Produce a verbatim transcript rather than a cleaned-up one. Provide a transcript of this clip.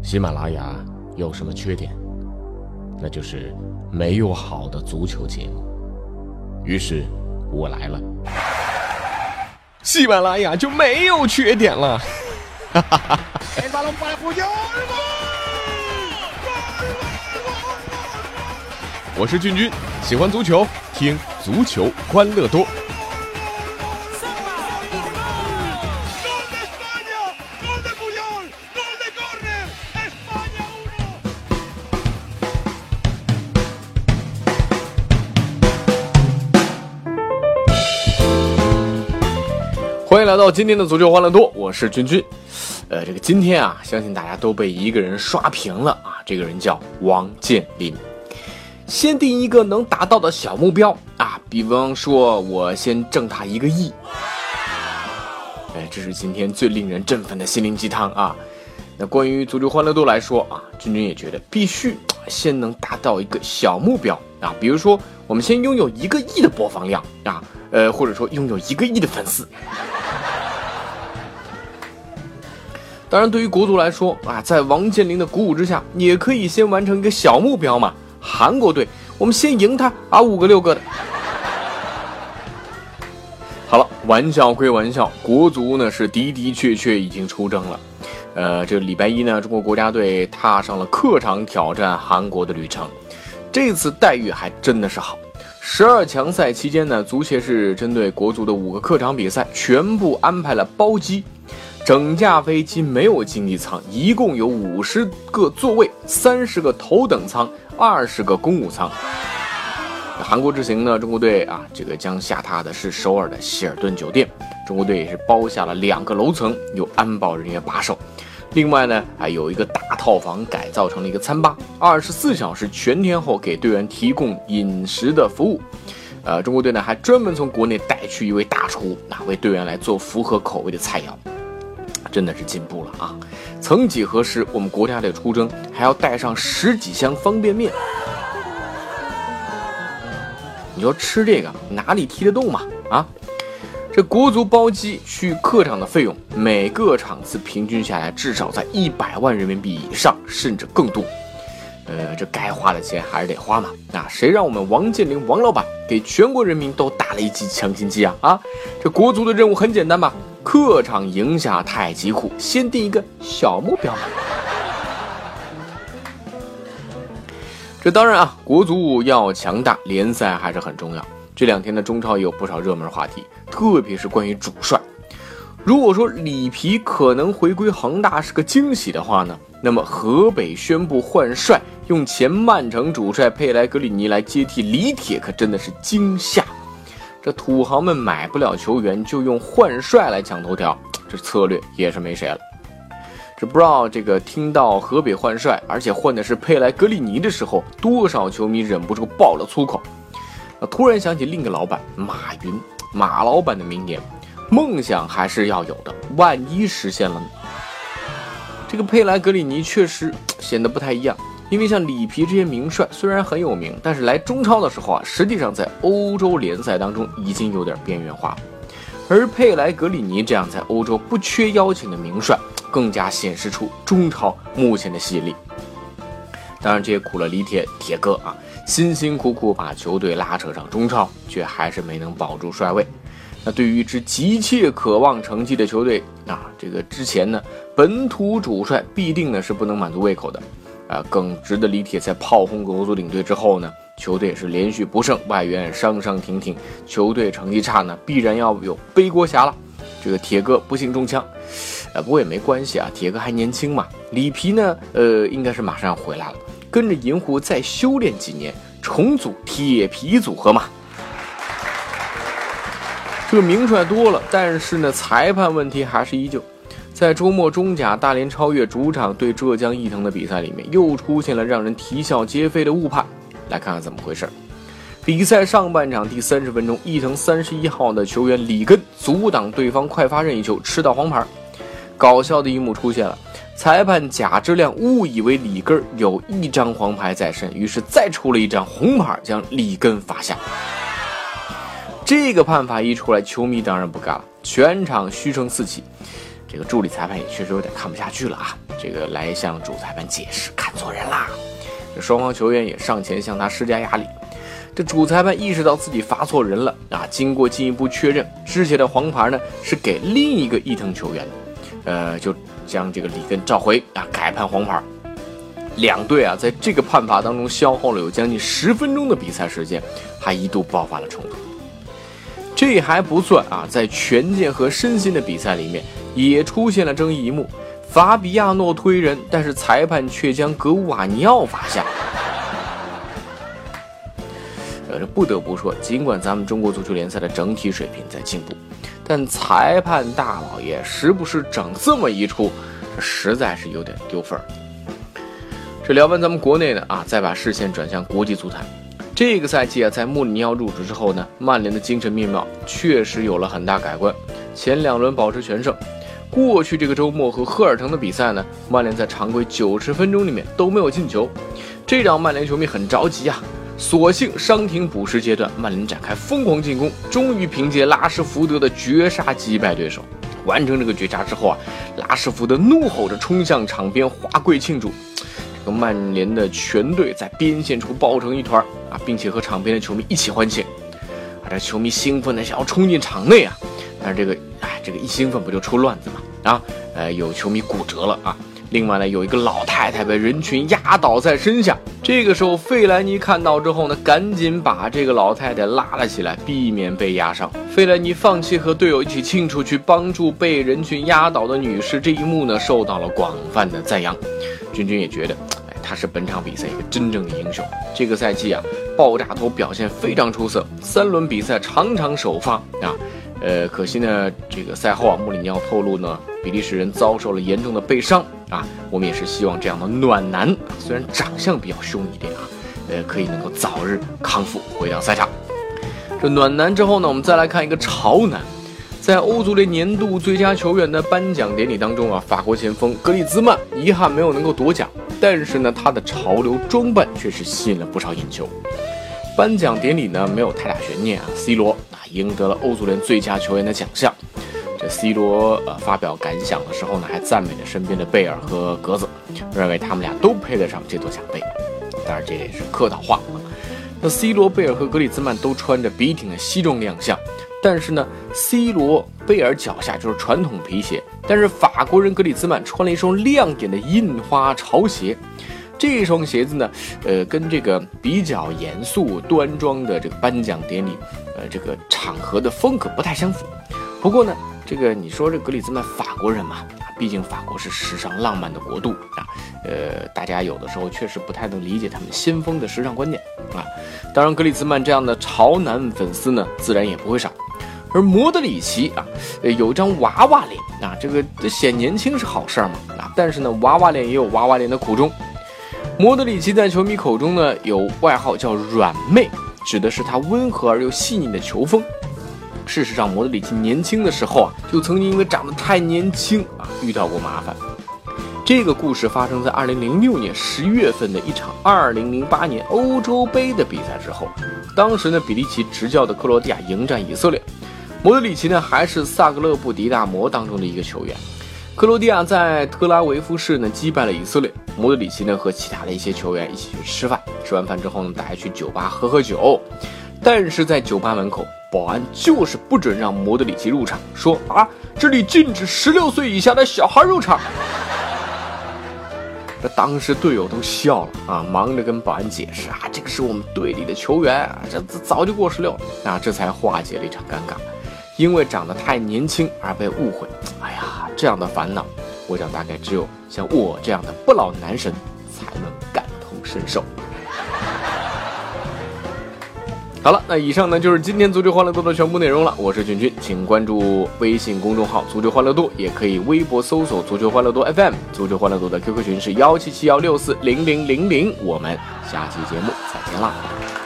喜马拉雅有什么缺点？那就是没有好的足球节目。于是我来了，喜马拉雅就没有缺点了。我是俊君，喜欢足球，听足球欢乐多。欢迎来到今天的足球欢乐多，我是君君。呃，这个今天啊，相信大家都被一个人刷屏了啊，这个人叫王健林。先定一个能达到的小目标啊，比方说我先挣他一个亿。哎，这是今天最令人振奋的心灵鸡汤啊。那关于足球欢乐多来说啊，君君也觉得必须先能达到一个小目标啊，比如说我们先拥有一个亿的播放量啊，呃，或者说拥有一个亿的粉丝。当然，对于国足来说啊，在王健林的鼓舞之下，也可以先完成一个小目标嘛。韩国队，我们先赢他啊，五个六个的。好了，玩笑归玩笑，国足呢是的的确确已经出征了。呃，这个礼拜一呢，中国国家队踏上了客场挑战韩国的旅程。这次待遇还真的是好。十二强赛期间呢，足协是针对国足的五个客场比赛，全部安排了包机。整架飞机没有经济舱，一共有五十个座位，三十个头等舱，二十个公务舱。韩国之行呢，中国队啊，这个将下榻的是首尔的希尔顿酒店。中国队也是包下了两个楼层，有安保人员把守。另外呢，还有一个大套房改造成了一个餐吧，二十四小时全天候给队员提供饮食的服务。呃，中国队呢还专门从国内带去一位大厨，啊，为队员来做符合口味的菜肴。真的是进步了啊！曾几何时，我们国家队出征还要带上十几箱方便面。你说吃这个哪里提得动嘛？啊，这国足包机去客场的费用，每个场次平均下来至少在一百万人民币以上，甚至更多。呃，这该花的钱还是得花嘛。那谁让我们王健林王老板给全国人民都打了一剂强心剂啊？啊，这国足的任务很简单吧？客场赢下太极虎，先定一个小目标嘛。这当然啊，国足要强大，联赛还是很重要。这两天的中超也有不少热门话题，特别是关于主帅。如果说里皮可能回归恒大是个惊喜的话呢，那么河北宣布换帅，用前曼城主帅佩莱格里尼来接替李铁，可真的是惊吓。这土豪们买不了球员，就用换帅来抢头条，这策略也是没谁了。这不知道这个听到河北换帅，而且换的是佩莱格里尼的时候，多少球迷忍不住爆了粗口。突然想起另一个老板马云，马老板的名言：梦想还是要有的，万一实现了呢？这个佩莱格里尼确实显得不太一样。因为像里皮这些名帅虽然很有名，但是来中超的时候啊，实际上在欧洲联赛当中已经有点边缘化。而佩莱格里尼这样在欧洲不缺邀请的名帅，更加显示出中超目前的吸引力。当然这也苦了李铁铁哥啊，辛辛苦苦把球队拉扯上中超，却还是没能保住帅位。那对于一支急切渴望成绩的球队啊，这个之前呢，本土主帅必定呢是不能满足胃口的。啊，耿直的李铁在炮轰国足领队之后呢，球队是连续不胜，外援伤伤停停，球队成绩差呢，必然要有背锅侠了。这个铁哥不幸中枪，呃，不过也没关系啊，铁哥还年轻嘛。里皮呢，呃，应该是马上要回来了，跟着银狐再修炼几年，重组铁皮组合嘛。这个名帅多了，但是呢，裁判问题还是依旧。在周末中甲大连超越主场对浙江毅腾的比赛里面，又出现了让人啼笑皆非的误判。来看看怎么回事。比赛上半场第三十分钟，毅腾三十一号的球员里根阻挡对方快发任意球，吃到黄牌。搞笑的一幕出现了，裁判贾之亮误以为里根有一张黄牌在身，于是再出了一张红牌，将里根罚下。这个判罚一出来，球迷当然不干了，全场嘘声四起。这个助理裁判也确实有点看不下去了啊， 这个来向主裁判解释，看错人啦。这双方球员也上前向他施加压力。这主裁判意识到自己罚错人了啊！经过进一步确认，之前的黄牌呢是给另一个伊藤球员，呃，就将这个里根召回啊，改判黄牌。两队啊，在这个判罚当中消耗了有将近十分钟的比赛时间，还一度爆发了冲突。这还不算啊，在拳剑和身心的比赛里面，也出现了争议一幕：法比亚诺推人，但是裁判却将格乌瓦尼奥罚下。呃，不得不说，尽管咱们中国足球联赛的整体水平在进步，但裁判大老爷时不时整这么一出，这实在是有点丢分儿。这聊完咱们国内的啊，再把视线转向国际足坛。这个赛季啊，在穆里尼奥入职之后呢，曼联的精神面貌确实有了很大改观。前两轮保持全胜，过去这个周末和赫尔滕的比赛呢，曼联在常规九十分钟里面都没有进球，这让曼联球迷很着急啊。所幸伤停补时阶段，曼联展开疯狂进攻，终于凭借拉什福德的绝杀击败对手。完成这个绝杀之后啊，拉什福德怒吼着冲向场边滑跪庆祝。这个曼联的全队在边线处抱成一团啊，并且和场边的球迷一起欢庆。啊，这球迷兴奋的想要冲进场内啊，但是这个哎，这个一兴奋不就出乱子嘛啊，呃，有球迷骨折了啊。另外呢，有一个老太太被人群压倒在身下。这个时候，费莱尼看到之后呢，赶紧把这个老太太拉了起来，避免被压伤。费莱尼放弃和队友一起庆祝，去帮助被人群压倒的女士，这一幕呢，受到了广泛的赞扬。君君也觉得，哎，他是本场比赛一个真正的英雄。这个赛季啊，爆炸头表现非常出色，三轮比赛场场首发啊。呃，可惜呢，这个赛后啊，穆里尼奥透露呢，比利时人遭受了严重的背伤啊。我们也是希望这样的暖男，虽然长相比较凶一点啊，呃，可以能够早日康复，回到赛场。这暖男之后呢，我们再来看一个潮男。在欧足联年度最佳球员的颁奖典礼当中啊，法国前锋格里兹曼遗憾没有能够夺奖，但是呢，他的潮流装扮却是吸引了不少眼球。颁奖典礼呢，没有太大悬念啊 ，C 罗啊赢得了欧足联最佳球员的奖项。这 C 罗呃发表感想的时候呢，还赞美了身边的贝尔和格子，认为他们俩都配得上这座奖杯。当然这也是客套话啊。那 C 罗、贝尔和格里兹曼都穿着笔挺的西装亮相，但是呢 ，C 罗、贝尔脚下就是传统皮鞋，但是法国人格里兹曼穿了一双亮点的印花潮鞋。这双鞋子呢，呃，跟这个比较严肃端庄的这个颁奖典礼，呃，这个场合的风格不太相符。不过呢，这个你说这格里兹曼法国人嘛，毕竟法国是时尚浪漫的国度啊，呃，大家有的时候确实不太能理解他们先锋的时尚观念啊。当然，格里兹曼这样的潮男粉丝呢，自然也不会少。而莫德里奇啊，呃，有一张娃娃脸啊，这个显年轻是好事嘛啊，但是呢，娃娃脸也有娃娃脸的苦衷。莫德里奇在球迷口中呢，有外号叫软妹，指的是他温和而又细腻的球风。事实上，莫德里奇年轻的时候啊，就曾经因为长得太年轻啊，遇到过麻烦。这个故事发生在二零零六年十月份的一场二零零八年欧洲杯的比赛之后。当时呢，比利奇执教的克罗地亚迎战以色列，莫德里奇呢还是萨格勒布迪纳摩当中的一个球员。克罗地亚在特拉维夫市呢击败了以色列，莫德里奇呢和其他的一些球员一起去吃饭，吃完饭之后呢，大家去酒吧喝喝酒，但是在酒吧门口，保安就是不准让莫德里奇入场，说啊，这里禁止十六岁以下的小孩入场。这当时队友都笑了啊，忙着跟保安解释啊，这个是我们队里的球员啊，这早就过十六了啊，这才化解了一场尴尬。因为长得太年轻而被误会，哎呀，这样的烦恼，我想大概只有像我这样的不老男神才能感同身受。好了，那以上呢就是今天足球欢乐多的全部内容了。我是君君，请关注微信公众号足球欢乐多，也可以微博搜索足球欢乐多 F M。 足球欢乐多的 Q Q 群是幺七七幺六四零零零零，我们下期节目再见啦。